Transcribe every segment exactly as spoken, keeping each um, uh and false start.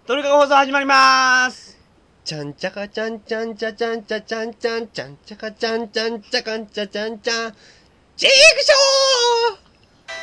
トリカゴ放送始まりまーす。 ちゃんちゃかちゃんちゃんちゃちゃんちゃちゃんちゃんちゃんちゃかちゃんちゃんちゃかんちゃちゃんちゃんチークショー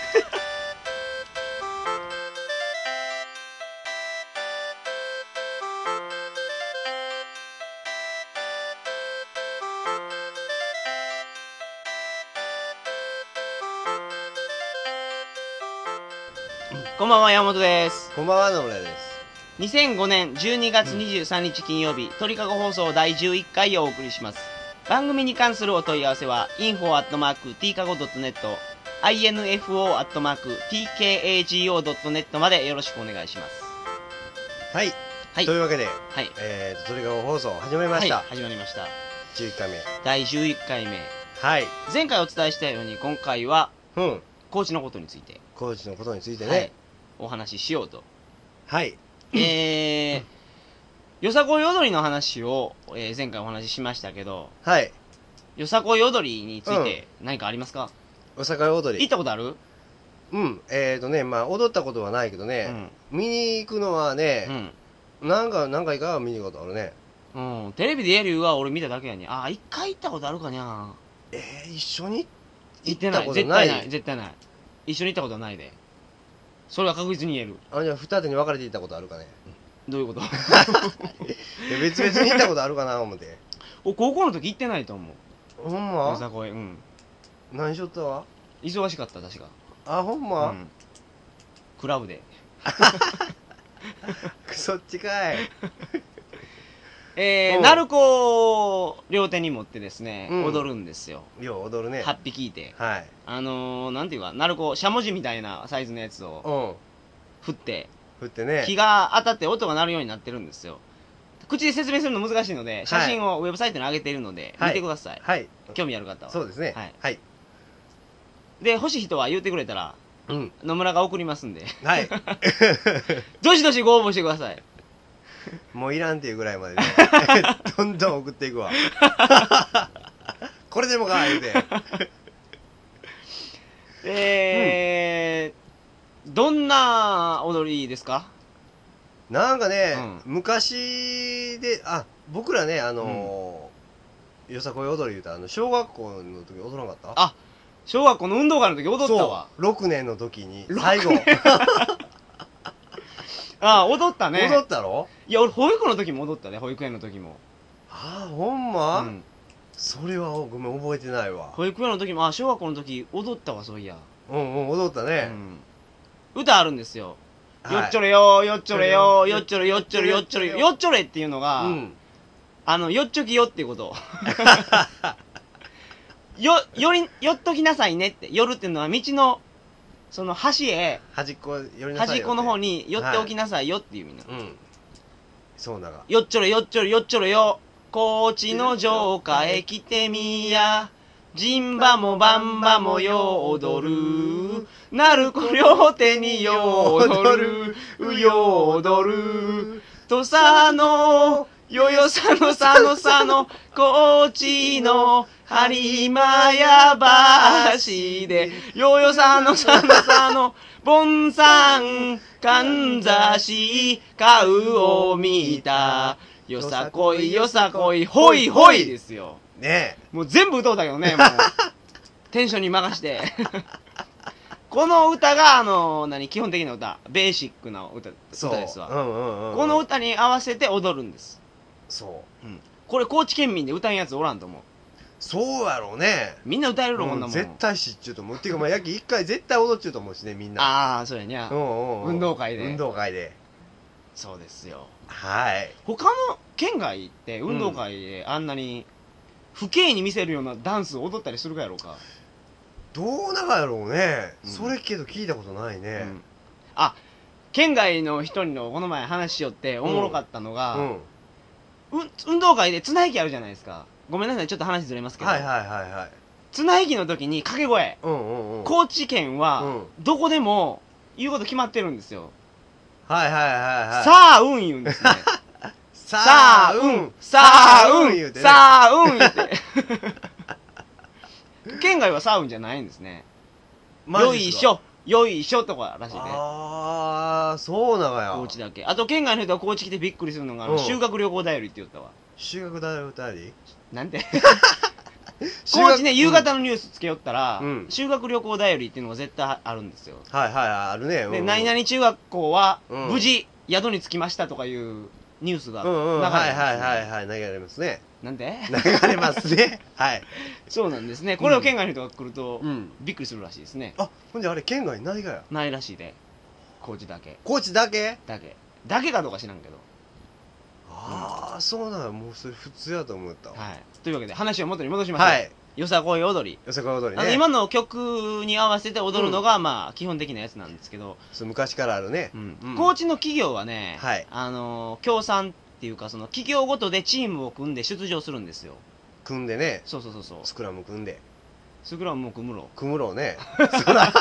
こんばんは、山本です。 こんばんは、野村です。 にせんごねんじゅうにがつにじゅうさんにち金曜日、鳥かご放送だいじゅういっかいをお送りします。番組に関するお問い合わせは インフォ アットマーク ティーカゴ ドットネット インフォ アットマーク ティーケーエージーオー ドットネット までよろしくお願いします。 はい。 はい。 というわけで、 はい。 えーと、鳥かご放送始まりました。 はい、始まりました。 じゅういっかいめ。 だいじゅういっかいめ。 はい。 前回お伝えしたように、今回は、 うん。 コーチのことについて。 コーチのことについてね。 はい。お話ししようと。 はい。 えー、よさこい踊りの話を、えー、前回お話ししましたけど、 はい。 よさこい踊りについて何かありますか？ おさかい踊り。 行ったことある？ うん。えーとね、まあ、踊ったことはないけどね、うん、見に行くのはね、うん、なんか、何回かは見に行くことあるね。 うん。テレビでやるは俺見ただけやね。あ、一回行ったことあるかにゃ。 えー、一緒に行ってない。絶対ない。絶対ない。一緒に行ったことはないで。それは確実に言える。 あ、じゃあ二手に分かれて行ったことあるかね。 どういうこと？ 別々に行ったことあるかな思って。 お、高校の時行ってないと思う。 ほんま？ よさこい、うん。 何しよったわ？ 忙しかった、確か。 あ、ほんま？うん。 クラブで。 そっちかい。 えー、鳴子を両手に持ってですね、うん、踊るんですよ。 よう踊るね。 はっぴきいて。 はい。 あのー、なんていうか、鳴子、しゃもじみたいなサイズのやつを、振って、 振ってね。 気が当たって音が鳴るようになってるんですよ。口で説明するの難しいので、写真をウェブサイトに上げているので、はい、見てください。はい。興味ある方は。 そうですね。はい。はい。 で、欲しい人は言ってくれたら、うん、野村が送りますんで。 はい。 どしどしご応募してください。 もういらんっていうぐらいまでね。どんどん送っていくわ。これでもか言うて。 えー、うん、どんな踊りですか？ なんかね、うん、昔で、あ、僕らね、あのー、うん、よさこい踊り言うたら、あの、小学校の時踊らなかった？ あ、小学校の運動会の時踊ったわ。 そう、ろくねんの時に、最後。 ああ、踊ったね。 踊ったろ？ いや、俺、保育の時も踊ったね、保育園の時も。 ああ、ほんま？うん。それは、ごめん、覚えてないわ。 保育園の時も、あ、小学校の時、踊ったわ、そういや。 うんうん、踊ったね。 うん。歌あるんですよ。はい、よっちょれよー、よっちょれよー、よっちょれよっちょれよっちょれよっちょれっていうのが、うん、あの、よっちょきよっていうこと。よ、より、よっときなさいねって。寄るっていうのは、道の、その端へ、 端っこ寄りなさいよ、 端っこの方に寄っておきなさいよっていう意味なの。 はい、うん。そうなが。 よっちょれよっちょれよっちょれよ。高知の城下へ来てみや。ジンバもバンバもよう踊る。鳴子両手によう踊る。よう踊る。土佐の、よよさのさのさの、高知の、播磨屋橋で、よよさのさのさの、ぼんさん、かんざし、かうを見た。よさこいよさこい、ほいほいですよ。 ねえ。 もう全部歌うたけどね、もう。テンションに任して。この歌が、あの、何、基本的な歌。ベーシックな歌、歌ですわ。うんうんうんうん、この歌に合わせて踊るんです。 そう。うん。 これ、高知県民で歌うやつおらんと思う。 そうやろうね。 みんな歌えるの、 うん、 こんなもん。 絶対知っちゅうと思う。っていうか、まあ、やき一回絶対踊っちゅうと思うしね、みんな。 ああ、そうやにゃ。うんうんうん。運動会で。 運動会で。 そうですよ。 はい。 他の県外って運動会であんなに、不敬に見せるようなダンスを踊ったりするかやろうか。 どうながやろうね、うん、それけど聞いたことないね、うん、 あ、県外の人にのこの前話しよっておもろかったのが、うんうん、運動会で綱引きあるじゃないですか。ごめんなさい、ちょっと話ずれますけど、はいはいはいはい、綱引きの時に掛け声、うんうんうん、高知県はどこでも言うこと決まってるんですよ。はいはいはいはい。さあうん言うんですね。さあうんさあうん言うて、ね、さあうん言うて県外はサウンじゃないんですね。よいしょよいしょとからしいで。 ああ、そうながや。 高知だけ。あと県外の人は高知来てびっくりするのが、あのうん修学旅行だよりって言ったわ。 修学だよ歌りなんて修学高知ね、夕方のニュースつけよったら、 うん修学旅行だよりっていうのが絶対あるんですよ。 はいはい、あるね。うんうで、 ん何々中学校はうん無事宿に着きましたとかいうニュースがうんうん、 流れてますね。 はいはいはいはい、流れますね。 なんで流れますね。はい。 そうなんですね。これを県外の人が来ると、 うん。 びっくりするらしいですね。 あ、ほんじゃあれ県外ないがや。 ないらしいで。高知だけ。 高知だけだけ。だけかどうか知らんけど。 ああ、そうなの。もうそれ普通やと思ったわ。 はい。というわけで話を元に戻しましょう。 はい。 よさこい踊り。 よさこい踊りあのね。 今の曲に合わせて踊るのが、まあ基本的なやつなんですけど、 そう昔からあるねう。んうん高知の企業はね、 はいあのー協賛っていうかその企業ごとでチームを組んで出場するんですよ。 組んでね。 そうそうそうそう。 スクラム組んで。 スクラムも組むろ。 組むろうね。そら。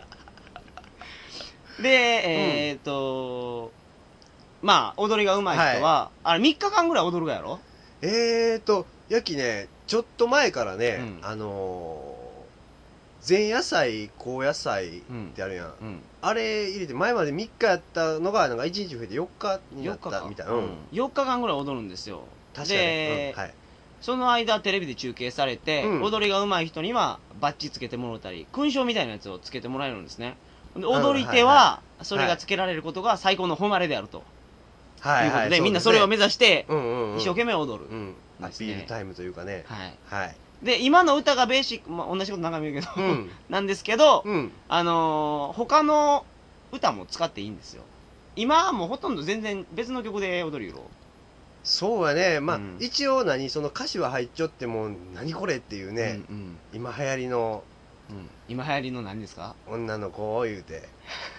で、えーっと、まあ踊りが上手い人は、あれみっかかんぐらい踊るがやろ。 えーと、やきね、ちょっと前からね、 うんあのー、前夜祭、後夜祭ってあるやん。 うん。 あれ入れて、前までみっかやったのが、なんかいちにち増えてよっかになよっかかったみたいな。 ううんん。 よっかかんぐらい踊るんですよ。 確かに。 でうんはい。 その間テレビで中継されて、 うん踊りが上手い人にはバッジつけてもらったり勲章みたいなやつをつけてもらえるんですね。でん踊り手はいははそれがつけられることが最高の誉れであるということで、みんなそれを目指してうんうんうん、 一生懸命踊る、 うん。アですねピールタイムというかね。 はい、 はい。 で今の歌がベーシック、まあ、同じこと何回も言うけど、 うん。 なんですけど、 うん。 あのー他の歌も使っていいんですよ。今はもうほとんど全然別の曲で踊るよ。 そうやね。まあ、 うん一応何、その歌詞は入っちゃっても、何これっていうね、 うんうん今流行りのうん、今流行りの何ですか？ 女の子を言うて。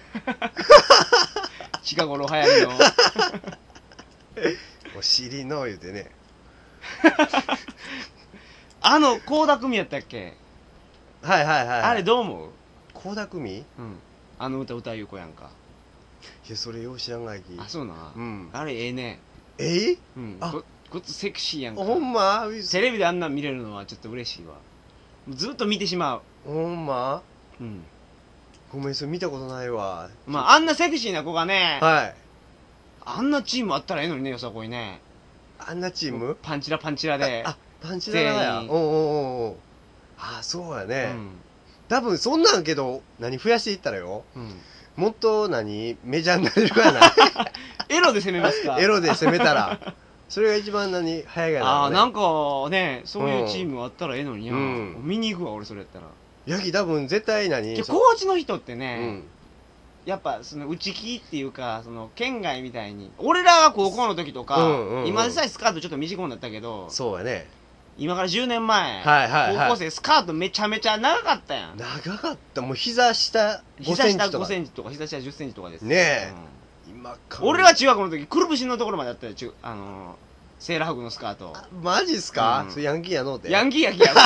近頃流行りのお尻の言うてね。 あの倖田來未やったっけ、 はいはいはい。 あれどう思う？ 倖田來未いうん、あの歌歌ういう子やんか。 や、それよう知らんがいき。 あ、そうな、 うん。 あれええね。 えうん、 あごごっつセクシーやんか。 ほんまテレビであんなん見れるのはちょっと嬉しいわ。ずっと見てしまう。 ほんまうん、 ごめん、それ見たことないわ。 まああんなセクシーな子がね、 はい。 あんなチームあったらええのにね、よさこいね。 あんなチームパンチラパンチラで。 あ、パンチラだや。 全員おうおうおうおうあ、そうやうね。 ん多分そんなんけど、何増やしていったらよ。 うん、 もっと何メジャーになれるやないエロで攻めますか？ エロで攻めたら。それが一番何早いがああ、 ね。 なんかね、そういうチームあったらええのにな、 うん見に行くわ俺それやったら。 ヤギ多分絶対何でそう高知の人ってうね、 ん。 やっぱその内気っていうかその県外みたいに俺らが高校の時とか、 うんうんうん今でさえスカートちょっと短くなったけどそうやね。 今からじゅうねんまえ、 はいはいはい高校生スカートめちゃめちゃ長かったやん。 長かった。もう膝下ご膝下ごセンチとか。 センチとか膝下じゅっセンチとかですねえうん今か俺ら中学の時くるぶしのところまであったよ、中あのーセーラー服のスカート。 あマジっすか、 うんそれヤンキーやのうて。 ヤンキーやきやろ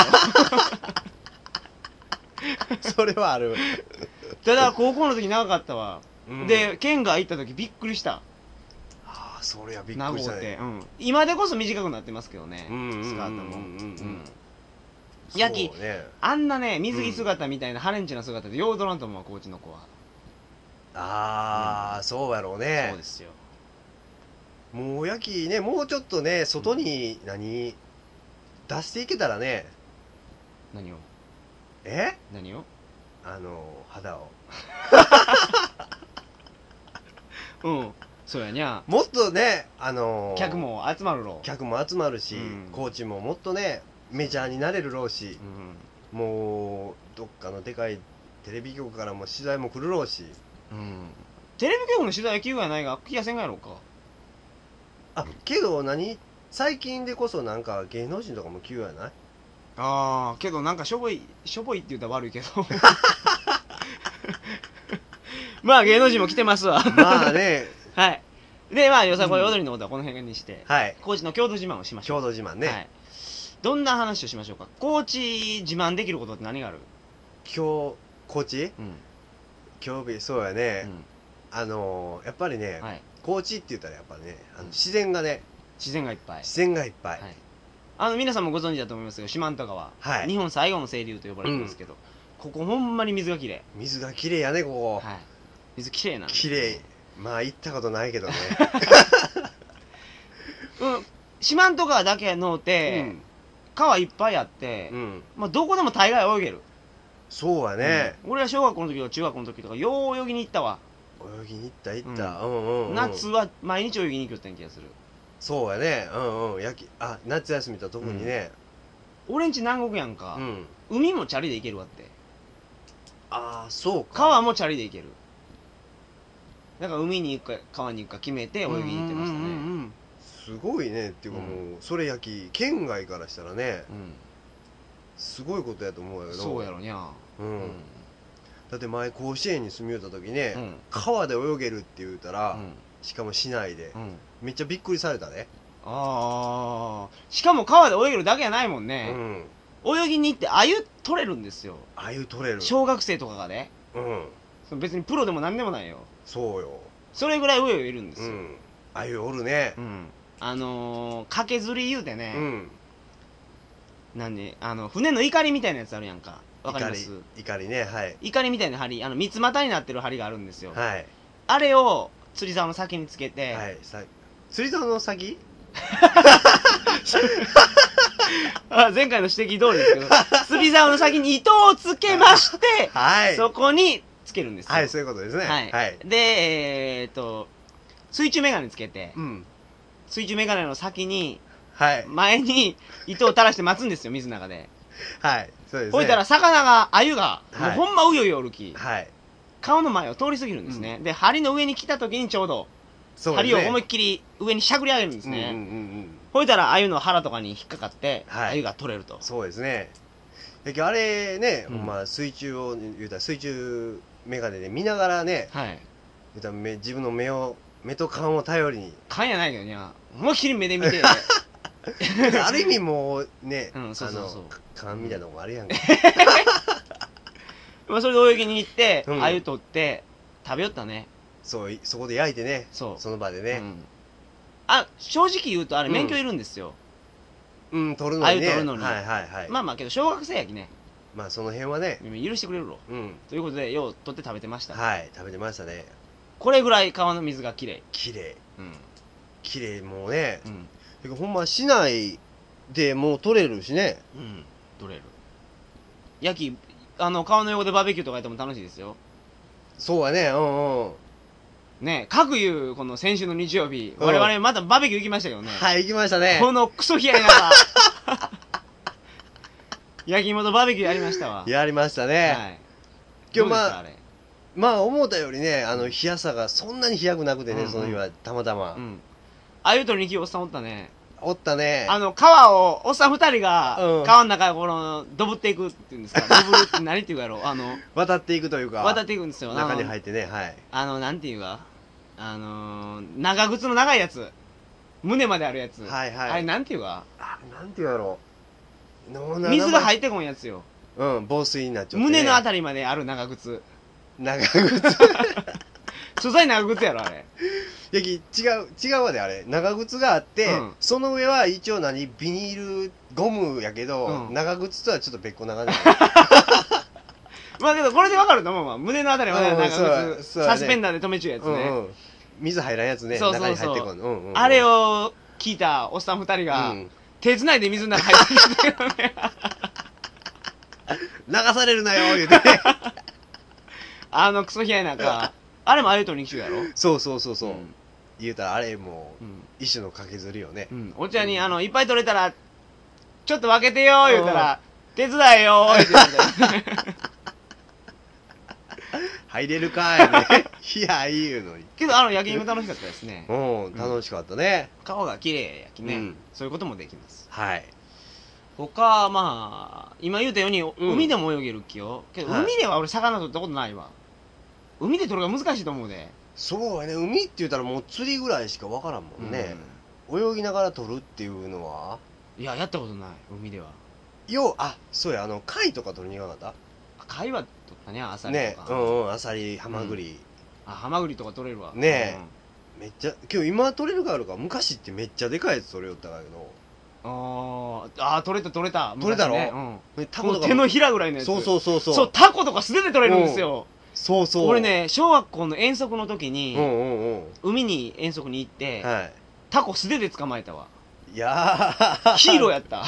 それはある。 ただ高校の時長かったわ、 うんで県外行った時びっくりした。 ああ、それはびっ名くりしたね。 護って、うん、今でこそ短くなってますけどね、 うんうんうんうんうんスカートも、 うんうんヤギそうね。 あんなね水着姿みたいなハレンチな姿でよう踊らんと思うわ高知の子は。 ああ、そうやろうね。 そうですよ。 もうヤキね、もうちょっとね、外に何、出していけたらね、 何をえ何をあの、肌を。 うんそうやにゃ。 もっとね、あのー客も集まるろ。 客も集まるし、 うんコーチももっとね、メジャーになれるろうしう、んもう、どっかのでかいテレビ局からも取材も来るろうし、 うんテレビ局の取材は急やないが気がせんがやろうか。 あ、けど何最近でこそなんか芸能人とかも急やないああけどなんかしょぼいしょぼいって言ったら悪いけどまあ芸能人も来てますわまあね、 はいでまあよさこい踊りのことはこの辺にして、 はい。 高知の郷土自慢をしましょう。 郷土自慢ね。 はい、どんな話をしましょうか。高知自慢できることって何がある？ 今日、高知うん今日日、そうやね。 うあのー、やっぱりね、 んはい、 高知って言ったらやっぱね、あの自然がね、 自然がいっぱい。 自然がいっぱい。 はい、あの皆さんもご存知だと思いますけど四万十川、 はい日本最後の清流と呼ばれてますけど、 ここほんまに水がきれい。 水がきれいやねここ。 はい、水きれいなんですきれい。まあ行ったことないけどね。 うん四万十川だけのうて、うん、川いっぱいあって、うん、まあどこでも大概泳げる。 そうやね、 うん、俺は小学校の時とか中学校の時とかよう泳ぎに行ったわ。 泳ぎに行った行った、うん、うんうんうん、 夏は毎日泳ぎに行くよった気がする。 そうやね、うんうん、やきあ夏休みと特にね、 うん、俺んち南国やんか、うん、海もチャリで行けるわって。 ああそうか。 川もチャリで行ける。だから海に行くか川に行くか決めて泳ぎに行ってましたね。うんうんうんうん、 すごいね。っていうかもう、うん、それ焼き県外からしたらね、うん、すごいことやと思うけど。 そうやろにゃ、 うんうん、だって前甲子園に住みよった時ね、うん、川で泳げるって言うたら、うん、しかも市内で、うん、めっちゃびっくりされたね。 ああ、しかも川で泳げるだけじゃないもんね、うん、泳ぎに行って鮎取れるんですよ。 鮎取れる。 小学生とかがね、うん、その別にプロでも何でもないよ。 そうよ。 それぐらい泳げるんですよ。 鮎、うん、おるね、 うん、あのー、掛け釣り言うてね、うん、なんであの船の怒りみたいなやつあるやんか。わかります？ 怒りね、はい。 怒りみたいな針、あの三つ股になってる針があるんですよ。 はい。 あれを釣り竿の先につけて、 はい。さ釣り竿の先？ あ、前回の指摘通りですけど、釣り竿の先に糸をつけまして、はい、そこにつけるんですよ。 はい、そういうことですね。はい。はい、 で、えー、っと水中メガネつけて、うん、水中メガネの先に、はい、前に糸を垂らして待つんですよ、水の中で。 はい、そうですね。 ほいたら魚が、鮎が、 はい、 もうほんまうよいよおるき、 はい、 顔の前を通り過ぎるんですね。うん、で、針の上に来た時にちょうど、ね、針を思いっきり上にしゃくり上げるんですね。うんうんうんうん、ほいたら鮎の腹とかに引っかかって、はい、鮎が取れると。 そうですね。あれね、うん、まあ、水中を言うたら水中メガネで見ながらね、はい、言うたら目自分の目を目と勘を頼りに。 勘やないけどね、思いっきり目で見て。 ある意味もうね、 うん、そうそうそう、 勘みたいなのもあるやんか。 まあそれで泳ぎに行って、うん、鮎取って食べよったね。 そう、そこで焼いてね、そうその場でね、うん、 あ、正直言うとあれ免許いるんですよ。 うん、うん、取るのにね。 鮎取るのに。 はいはいはい。 まあまあけど小学生やきね。 まあその辺はね許してくれるろ、うん、ということでよう取って食べてました。 はい、食べてましたね。 これぐらい川の水がきれい。 きれい、うん、きれい。もうね、うん、ほんま市内でもう取れるしね。 うん、取れる。焼きあの川の横でバーベキューとかやっても楽しいですよ。 そうやね。うんうん。 ね、各いうこの先週の日曜日、うん、我々またバーベキュー行きましたけどね。 はい、行きましたね。 このクソ冷やい中焼き芋とバーベキューやりましたわ。 やりましたね。はい、今日まあまあ思ったよりね、あの冷やさがそんなに冷やくなくてね、うんうん、その日はたまたま。うん、あゆとりにきおっさんおったね。 おったね。 あの川をおっさん二人が川の中このどぶっていくっていうんですか。どぶるって何っていうかやろう。あの渡っていくというか。 渡っていくんですよ。 中に入ってね、はい。 あのなんていうか、あのー、長靴の長いやつ、胸まであるやつ。はいはい。あれなんていうか。 あれなんていうやろう。水が入ってこんやつよ。 うん、防水になっちゃって、ね。 胸のあたりまである長靴。 長靴。 素材長靴やろあれ。 いや違う違うわであれ長靴があって、うん、その上は一応何ビニールゴムやけど、うん、長靴とはちょっと別個長い。 まあけどこれでわかると思うわ。胸のあたりまで長靴、うんね、サスペンダーで止めちゅうやつね、うんうん、 水入らんやつね。そうそうそう、中に入ってこん、うんうんうん、 あれを聞いたおっさん二人が、うん、手繋いで水の中入ってきてるね。 流されるなよ言うてね。 あのクソ冷やい中あれもあゆとりにきゅうやろ。 そうそうそうそう、うん、言うたらあれもう、うん、一種の掛けずりよね、 うん、お茶にあのいっぱい取れたらちょっと分けてよ言うたら、うん、手伝えよーって言って入れるかーね。いやいいいうのにけどあの焼き芋楽しかったですね。 うん楽しかったね、 うん、川が綺麗やきね、うん、そういうこともできます。 はい。 他まあ今言うたように、うん、海でも泳げる気よけど、はい、海では俺魚取ったことないわ。海で取るが難しいと思うで。 そうやね、海って言ったらもう釣りぐらいしか分からんもんね、うん、泳ぎながら取るっていうのは。 いややったことない海では。 ようあそうやあの貝とか取りに行かなかった。 貝は取ったね、アサリとかね。うんうん、アサリハマグリ、 うん、あハマグリとか取れるわねえ、うん、めっちゃ今取れるかあるか。昔ってめっちゃでかいやつ取れよったからけどあーあー、取れた取れた。 取れたろ、 昔ねうん、 タコとか手のひらぐらいのやつ。 そうそうそうそう。 そう、タコとか素手で取れるんですよ。 そうそう。 俺ね、小学校の遠足の時に、 うんうんうん、 海に遠足に行って、はい、タコ素手で捕まえたわ。 いやーヒーローやった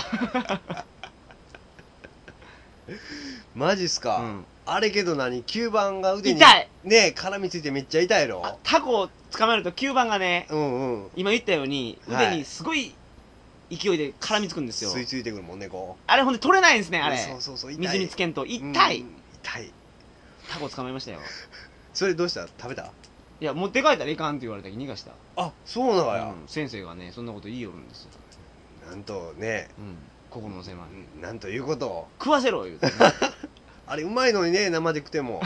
マジっすか、うん、あれけど何吸盤が腕に痛いね絡みついてめっちゃ痛いやろ。 タコを捕まえると吸盤がね、 うんうん、 今言ったように腕にすごい勢いで絡みつくんですよ。 吸い付いてくるもんね、こう。 あれほんで取れないんですね、あれ。 そうそうそう、痛い。 水につけんと痛い、うん、 痛い。 タコ捕まえましたよ。 それどうした？食べた？ いや、持って帰ったらいかんって言われたけど逃がした。 あ、そうなのや、うん、 先生がねそんなこと言いよるんですよ。 なんとね、 うん、心の狭い、 うん、なんということを食わせろ言うて、ね、 あれうまいのにね、生で食っても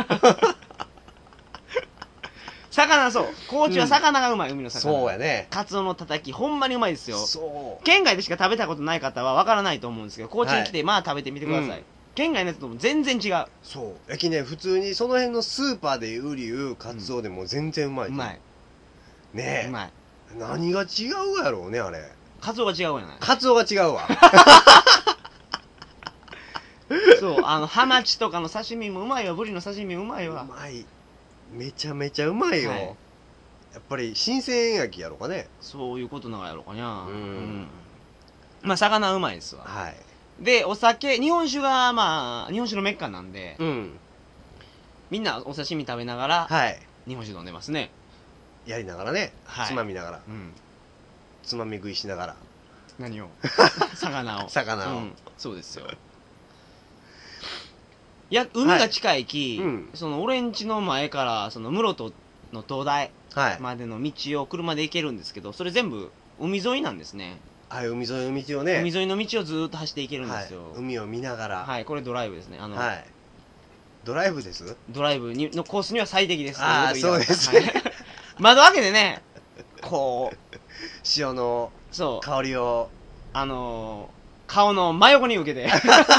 魚、そう高知は魚がうまい、うん、海の魚。 そうやね。 カツオのたたきほんまにうまいですよ。 そう、 県外でしか食べたことない方はわからないと思うんですけど、高知に来て、はい、まあ食べてみてください、うん、県外のやつとも全然違う。 そうやきね、普通にその辺のスーパーで売りうカツオでも全然うまい、うん、 うまいねえ、 うまい。 何が違うやろうね、あれ。 カツオが違うやない。 カツオが違うわそう、あのハマチとかの刺身もうまいわ。ブリの刺身もうまいわ。 うまい、めちゃめちゃうまいよ、はい、やっぱり新鮮焼きやろかね。 そういうことなんやろかにゃ。うん、うん、 まあ魚うまいですわ。 はい。 でお酒、日本酒がまあ日本酒のメッカなんで、 うん、 みんなお刺身食べながら、 はい、 日本酒飲んでますね。 やりながらね、 はい、 つまみながら、 うん、 つまみ食いしながら。 何を魚を魚を、 うん、そうですよ。いや、海が近いき、はい、うん、その俺ん家の前からその室戸の灯台までの道を車で行けるんですけど、それ全部海沿いなんですね。 はい、海沿いの道をね、 海沿いの道をずーっと走っていけるんですよ、 はい、海を見ながら。 はい、これドライブですね。あの、 はい、ドライブです。 ドライブにのコースには最適です。 ああ、そうですね、はい、窓開けてね、こう潮の香りを、 あのー、顔の真横に受けて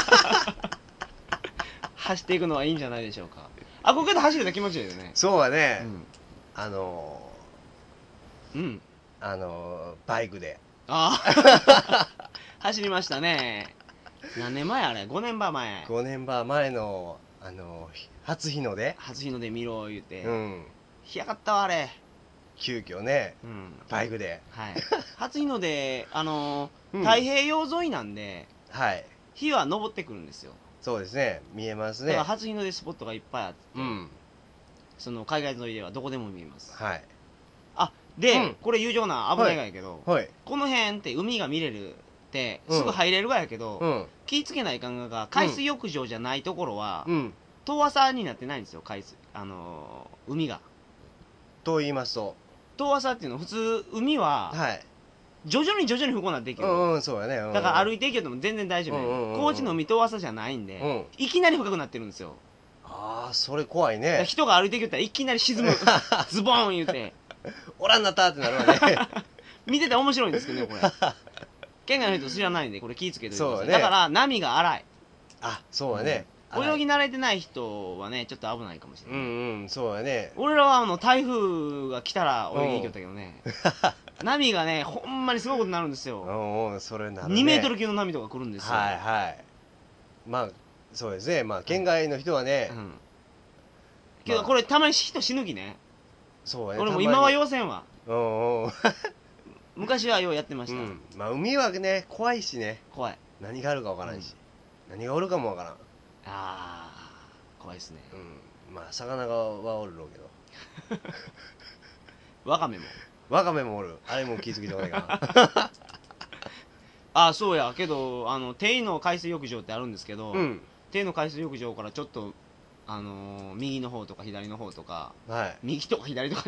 走っていくのはいいんじゃないでしょうか。あ、ここで走ると気持ちいいよね。 そうやね、うん、あのー、うんあのー、バイクでああ走りましたね。何年前あれ？ごねんば前。 ごねんば前の、あのー、初日の出初日の出見ろ言うて、 うん、 ひやかったわあれ。 急遽ね、 うん、 バイクで、 はい、初日の出、あのーうん、太平洋沿いなんで、 はい、 日は昇ってくるんですよ。 そうですね、見えますね。 だから初日の出スポットがいっぱいあって、 うん、 その海岸沿いではどこでも見えます。 はい。 あで、うん、これ友情な危ないがやけど、 はい、 この辺って海が見れるってすぐ入れるがやけど、うん、気ぃつけないかんがが海水浴場じゃないところは、うん、遠浅になってないんですよ。海水、あのー、海が。 と言いますと、 遠浅っていうのは普通海は、はい、徐々に徐々に深くなっていける、 うんうん、そうやね、うんうん、 だから歩いていけても全然大丈夫、うんうんうん、高知の海遠浅じゃないんで、うん、いきなり深くなってるんですよ。 ああ、それ怖いね。 人が歩いていけたらいきなり沈むズボーン言うておらんなったってなるわね見てて面白いんですけどね、これ県外の人知らないんでこれ気ぃつけてください、ね、だから波が荒い。 あ、そうやね、 うん、泳ぎ慣れてない人はねちょっと危ないかもしれない。 うんうん、そうやね。 俺らはあの台風が来たら泳ぎに行きよったけどね波がねほんまにすごいことになるんですよ。 うんうん、それなるね、 にメートル級の波とか来るんですよ。 はいはい、まあそうですね、まあ県外の人はね、うん、 けどこれたまに人死ぬきね。 そうやね、 俺も今は要せんわ。 うんうん、 昔はようやってました、うん、 まあ海はね怖いしね、 怖い、 何があるかわからんし、うん、何がおるかもわからん。 ああ怖いですね、 うん、まあ魚がはおるろうけどワカメもワカメもおる、あれも気づきとかないかなああそうやけど、あの定位の海水浴場ってあるんですけど、うん、定位の海水浴場からちょっとあのー、右の方とか左の方とか、はい、右とか左とか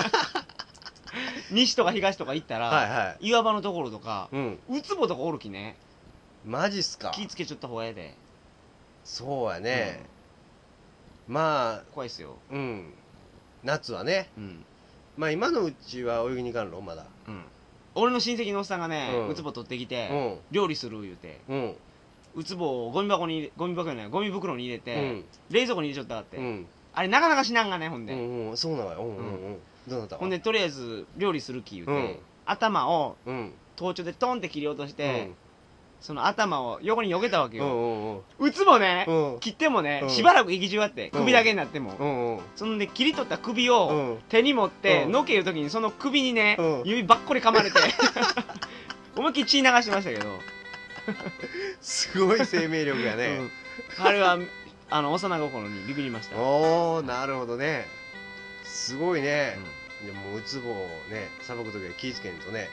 西とか東とか行ったら、はいはい、岩場のところとか、うん、ウツボとかおるきね。 マジっすか。 気ぃつけちゃった方がええで。 そうやね、うん、まあ怖いっすよ。 うん、夏はね、うん、まあ今のうちは泳ぎに行かんろまだ、 うん、俺の親戚のおっさんがね、うん、ウツボ取ってきて、うん、料理する言うて、うん、ウツボをゴミ箱にゴミ箱じゃないゴミ袋に入れて、うん、冷蔵庫に入れちゃったって、うん、あれなかなかしなんがね。ほんで、 うんうん、そうなのよ、うんうんうん、どうなった。 ほんでとりあえず料理するき言うて、うん、頭を、うん、 包丁でトンって切り落としうて、 んその頭を横に避けたわけよ。 うんうんうんうつもね、 うん切ってもね、 うんしばらく息じわって、 うん首だけになっても。 うんうんそんで切り取った首うをん手に持って、 うんのけるときにその首にね、 うん指ばっこり噛まれて、思いっきり血流してましたけど、 すごい生命力やうねんあれは、あの、幼心にビビりました。 おおなるほどねすごいねうんいやもうウツボをねさばくときは気ぃつけんとね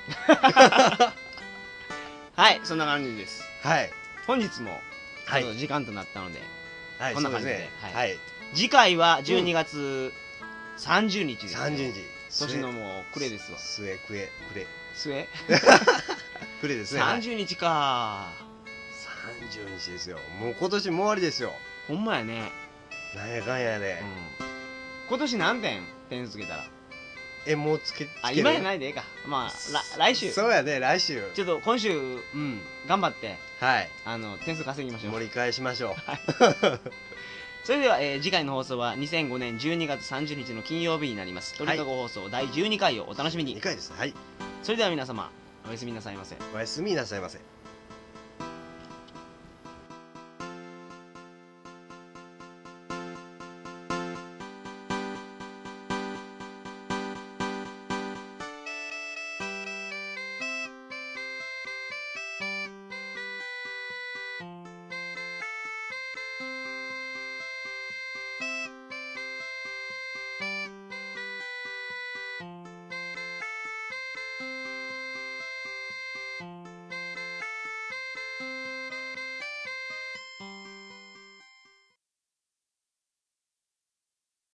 はい、そんな感じです。 はい本日も、 はいちょっと時間となったので、 はいこんな感じでそうですねはいはい次回はじゅうにがつさんじゅうにちですよ。 さんじゅうにち年のもう暮れですわ。 末くえくれ末くれですねさんじゅうにちか。 さんじゅうにちですよもう今年も終わりですよほんまやね。 なんやかんやでうん今年何点点数つけたら。 えもうつけあ、 つける今やないでええか。まあ、ら来週。 そうやね来週ちょっと今週、うん、頑張って、 はいあの、点数稼ぎましょう。 盛り返しましょうそれでは、えー次回の放送はにせんごねんじゅうにがつさんじゅうにちの金曜日になります。鳥かご放送だいじゅうにかいをお楽しみに。 にかいですはいそれでは皆様、おやすみなさいませ。 おやすみなさいませ